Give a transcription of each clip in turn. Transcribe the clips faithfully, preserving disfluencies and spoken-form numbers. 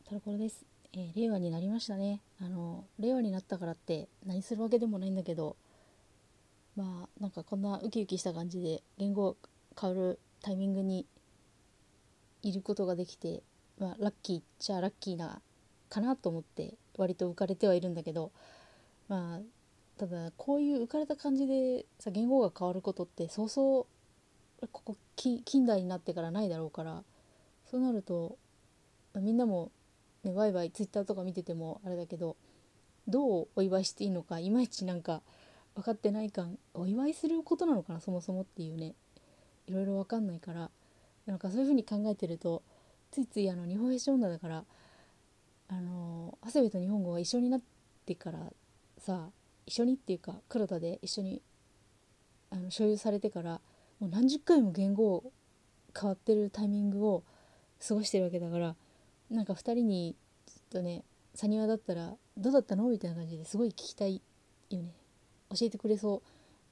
タラコロです、えー令和になりましたね。あの令和になったからって何するわけでもないんだけど、まあなんかこんなウキウキした感じで言語変わるタイミングにいることができて、まあラッキーっちゃラッキーなかなと思って割と浮かれてはいるんだけど、まあただこういう浮かれた感じでさ言語が変わることってそうそうここき近代になってからないだろうから、そうなるとみんなも、ね、ワイワイツイッターとか見ててもあれだけど、どうお祝いしていいのかいまいちなんか分かってない感、お祝いすることなのかなそもそもっていうね、いろいろ分かんないから、なんかそういう風に考えてるとついついあの日本史女だから、あの長谷部と日本語が一緒になってからさ、一緒にっていうか黒田で一緒にあの所有されてからもう何十回も言語変わってるタイミングを過ごしてるわけだから、なんかふたりにちょっとね、サニワだったらどうだったのみたいな感じですごい聞きたいよね。教えてくれそう。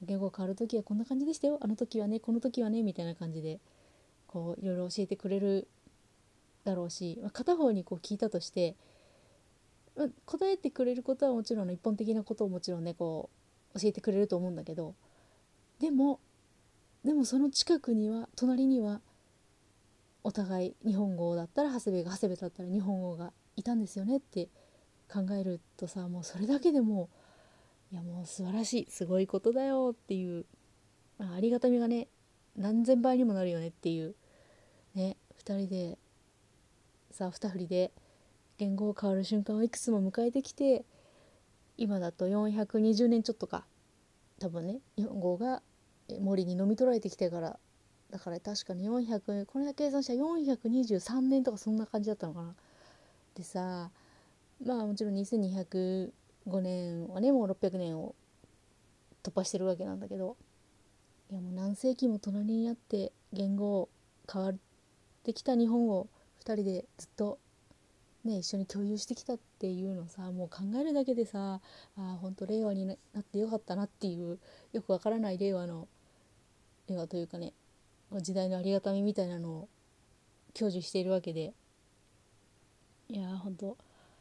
言語が変わる時はこんな感じでしたよ、あの時はね、この時はね、みたいな感じでこういろいろ教えてくれるだろうし、まあ片方にこう聞いたとして、まあ答えてくれることはもちろんの一本的なことをもちろんねこう教えてくれると思うんだけど、でもでもその近くには隣にはお互い日本語だったら長谷部が、長谷部だったら日本語がいたんですよねって考えるとさ、もうそれだけでもいやもう素晴らしい、すごいことだよっていう、まあ、ありがたみがね何千倍にもなるよねっていうね。ふたりでさ、ふたふりで言語が変わる瞬間をいくつも迎えてきて、今だとよんひゃくにじゅうねんちょっとか、多分ね日本語が森に飲み取られてきてから、だから確かによんひゃく、これだけ計算したらよんひゃくにじゅうさんねんとかそんな感じだったのかな。でさ、まあもちろんにせんにひゃくごねんはねもうろっぴゃくねんを突破してるわけなんだけど、いやもう何世紀も隣にあって言語を変わってきた日本をふたりでずっとね一緒に共有してきたっていうのさ、もう考えるだけでさ、あ本当令和になってよかったなっていう、よくわからない令和の令和というかね、時代のありがたみみたいなのを享受しているわけで、いやー本当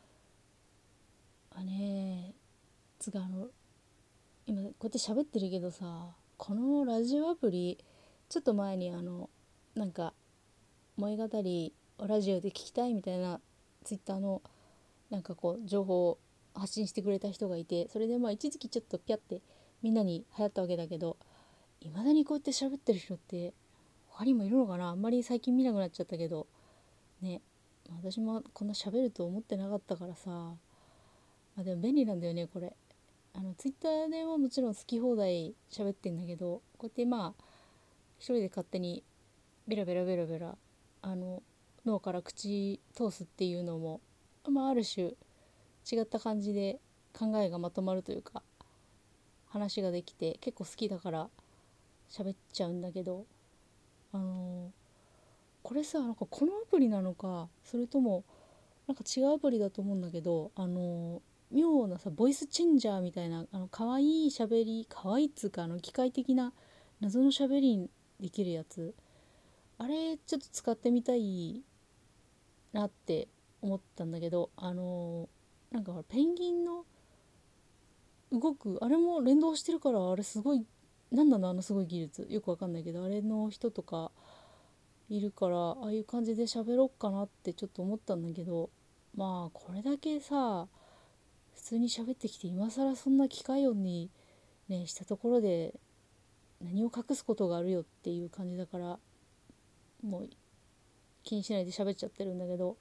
あねつがあの今こうやって喋ってるけどさ、このラジオアプリちょっと前にあのなんか萌え語りをラジオで聞きたいみたいなツイッターのなんかこう情報を発信してくれた人がいて、それでまあ一時期ちょっとピャってみんなに流行ったわけだけど、いまだにこうやって喋ってる人って他にもいるのかな。あんまり最近見なくなっちゃったけどね。私もこんな喋ると思ってなかったからさ、まあ、でも便利なんだよねこれ。あのツイッターでももちろん好き放題喋ってんだけど、こうやってまあ一人で勝手にベラベラベラベラあの脳から口通すっていうのも、まあ、ある種違った感じで考えがまとまるというか話ができて結構好きだから喋っちゃうんだけど、あのこれさ、なんかこのアプリなのかそれともなんか違うアプリだと思うんだけど、あの妙なさボイスチェンジャーみたいな、あの可愛い喋り、可愛いっつうかあの機械的な謎の喋りにできるやつ、あれちょっと使ってみたいなって思ったんだけど、あのなんかほらペンギンの動くあれも連動してるから、あれすごい、なんなのあのすごい技術よくわかんないけど、あれの人とかいるから、ああいう感じで喋ろっかなってちょっと思ったんだけど、まあこれだけさ普通に喋ってきて今更そんな機械音にねしたところで何を隠すことがあるよっていう感じだから、もう気にしないで喋っちゃってるんだけど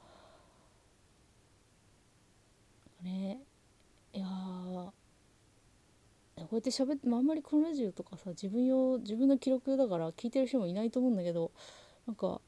ね。いやーこうやって喋って、まあ、あんまりこのラジオとかさ自分用自分の記録だから聞いてる人もいないと思うんだけど、なんか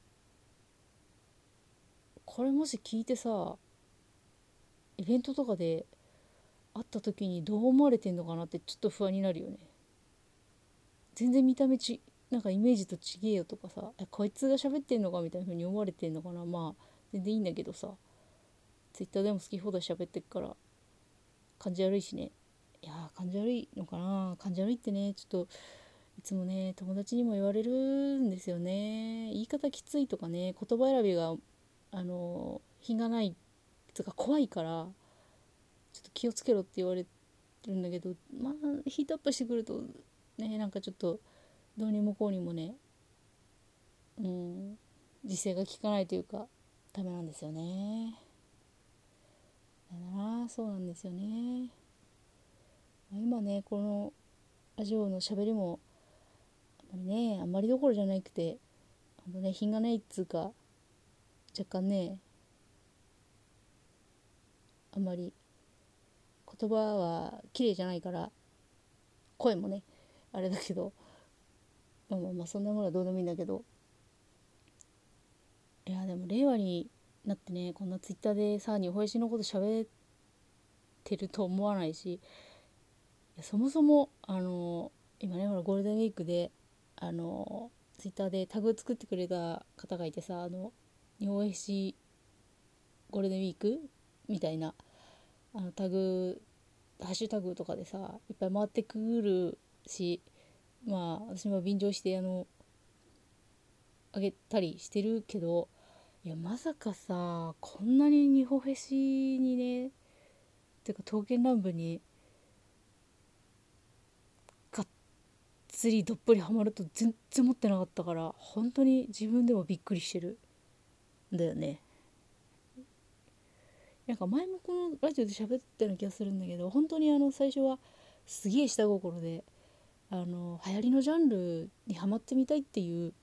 これもし聞いてさイベントとかで会った時にどう思われてんのかなってちょっと不安になるよね。全然見た目ちなんかイメージとちげえよとかさ、えこいつが喋ってんのかみたいな風に思われてんのかな。まあ全然いいんだけどさ、ツイッターでも好き放題喋ってっから感じ悪いしね。いやー感じ悪いのかな。感じ悪いってね、ちょっといつもね友達にも言われるんですよね。言い方きついとかね、言葉選びがあの品がないつうか怖いからちょっと気をつけろって言われるんだけど、まあヒートアップしてくるとね、なんかちょっとどうにもこうにもね、うん自制が効かないというかダメなんですよね。だな、そうなんですよね。今ねこのラジオの喋りもあんまりね、あんまりどころじゃなくて、ほんとね品がないっつうか、若干ね、あんまり言葉は綺麗じゃないから、声もねあれだけど、まあまあまあそんなものはどうでもいいんだけど、いやでも令和になってね、こんなツイッターでさ日本史のこと喋ってると思わないし、いやそもそもあの今ねほらゴールデンウィークであのツイッターでタグ作ってくれた方がいてさ、あの日本史ゴールデンウィークみたいなあのタグハッシュタグとかでさいっぱい回ってくるし、まあ私も便乗してあのあげたりしてるけど、いやまさかさこんなに日本フェスにね、てか刀剣乱舞にがっつりどっぷりハマると全然思ってなかったから、本当に自分でもびっくりしてるんだよね。なんか前もこのラジオで喋ったような気がするんだけど、本当にあの最初はすげえ下心であの流行りのジャンルにハマってみたいっていう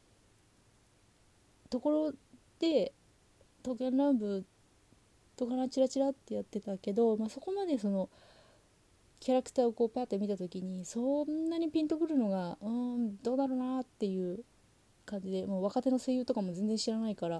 ところで刀剣乱舞とかなチラチラってやってたけど、まあ、そこまでそのキャラクターをこうパッて見た時にそんなにピンとくるのがうーんどうだろうなっていう感じで、もう若手の声優とかも全然知らないから、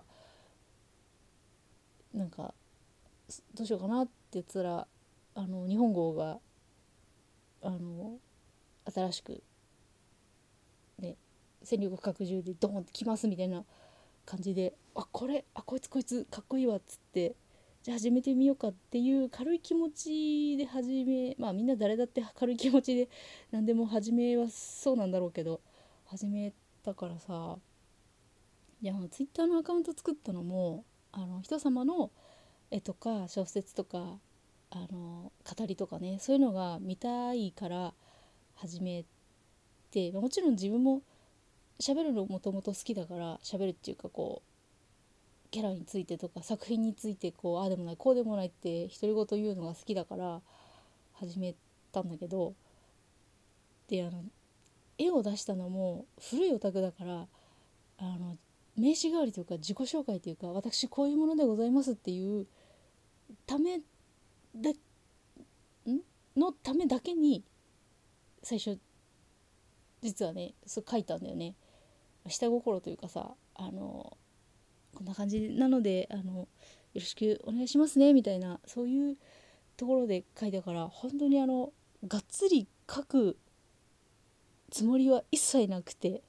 なんかどうしようかなって言ったら、あの日本語があの新しくね戦力拡充でドーンってきますみたいな感じで、あこれあこいつこいつかっこいいわっつって、じゃあ始めてみようかっていう軽い気持ちで始め、まあみんな誰だって軽い気持ちで何でも始めはそうなんだろうけど始めたからさ、いやツイッターのアカウント作ったのもあの人様の絵とか小説とかあの語りとかね、そういうのが見たいから始めて、もちろん自分も喋るのもともと好きだから喋るっていうか、こうキャラについてとか作品についてこうああでもないこうでもないって独り言言うのが好きだから始めたんだけど、であの絵を出したのも古いオタクだから、あの名刺代わりというか自己紹介というか、私こういうものでございますっていうためだんのためだけに最初実はねそう書いたんだよね。下心というかさ、あのこんな感じなのであのよろしくお願いしますねみたいな、そういうところで書いたから、本当にあのがっつり書くつもりは一切なくて、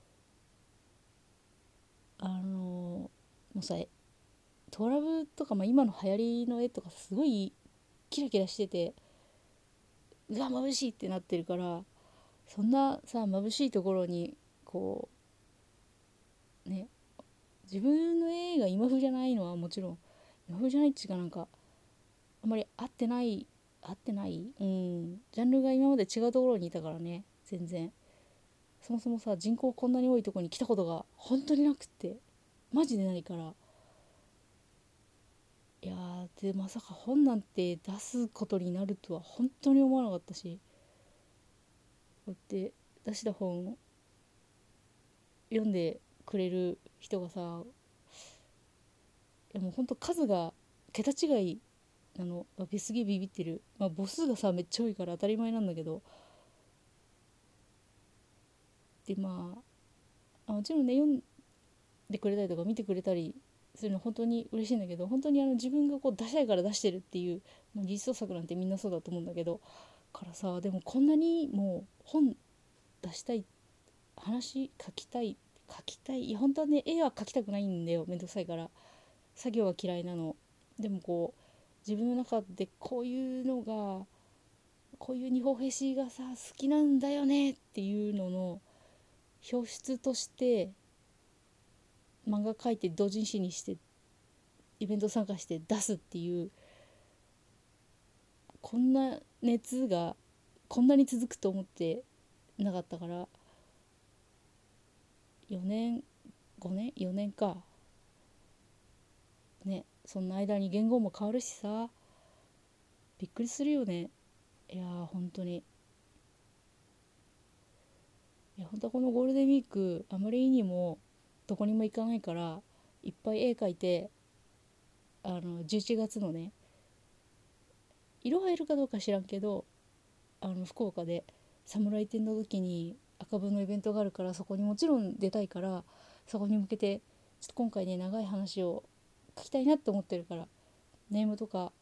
あのもうさトラブとか、まあ、今の流行りの絵とかすごいキラキラしててうわ眩しいってなってるから、そんなさ眩しいところにこうね、自分の絵が今風じゃないのはもちろん今風じゃないっていうか、なんかあんまり合ってない合ってないうんジャンルが今まで違うところにいたからね、全然そもそもさ人口こんなに多いところに来たことが本当になくって、マジでないから、いやーでまさか本なんて出すことになるとは本当に思わなかったし、こうやって出した本読んでくれる人がさ、いやもうほんと数が桁違いなの。すげえビビってる、まあ母数がさめっちゃ多いから当たり前なんだけど、でまあもちろんね読んでくれたりとか見てくれたりするの本当に嬉しいんだけど、本当にあの自分がこう出したいから出してるっていう、まあ、技術創作なんてみんなそうだと思うんだけど、からさでもこんなにもう本出したい、話書きたい書きたい、いや本当はね絵は描きたくないんだよ、めんどくさいから、作業は嫌いなの。でもこう自分の中でこういうのがこういう日本フェシがさ好きなんだよねっていうのの表出として漫画描いて同人誌にしてイベント参加して出すっていう、こんな熱がこんなに続くと思ってなかったから、よねんごねんよねんかね、そんな間に言語も変わるしさ、びっくりするよね。いやー本当に、いや本当はこのゴールデンウィークあまりにもどこにも行かないから、いっぱい絵描いて、あのじゅういちがつのね、色入るかどうか知らんけど、あの福岡で侍展の時に赤文のイベントがあるから、そこにもちろん出たいから、そこに向けてちょっと今回ね長い話を書きたいなって思ってるから、ネームとか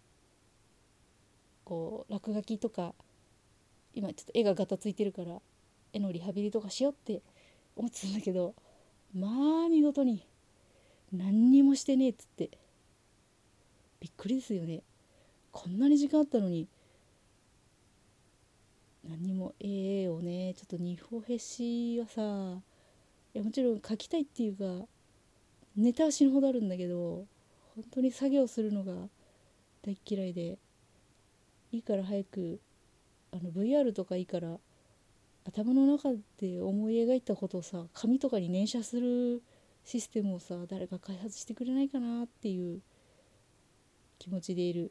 こう落書きとか、今ちょっと絵がガタついてるから絵のリハビリとかしようって思ってたんだけど、まあ見事に何にもしてねえっつって、びっくりですよね。こんなに時間あったのに何にも。絵をねちょっと二歩へしはさ、いやもちろん描きたいっていうかネタは死ぬほどあるんだけど、本当に作業するのが大っ嫌いで、いいから早くあの ブイアール とかいいから頭の中で思い描いたことをさ紙とかに念写するシステムをさ誰か開発してくれないかなっていう気持ちでいる。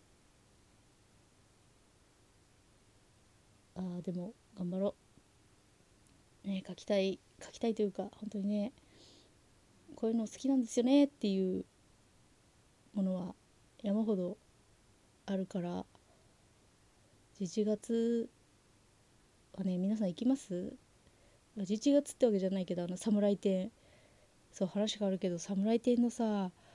あーでも頑張ろうね。書きたい書きたいというか本当にね、こういうの好きなんですよねっていうものは山ほどあるから、じゅういちがつはね皆さん行きます？じゅういちがつってわけじゃないけど、あの侍展、そう話変わるけど侍展のさ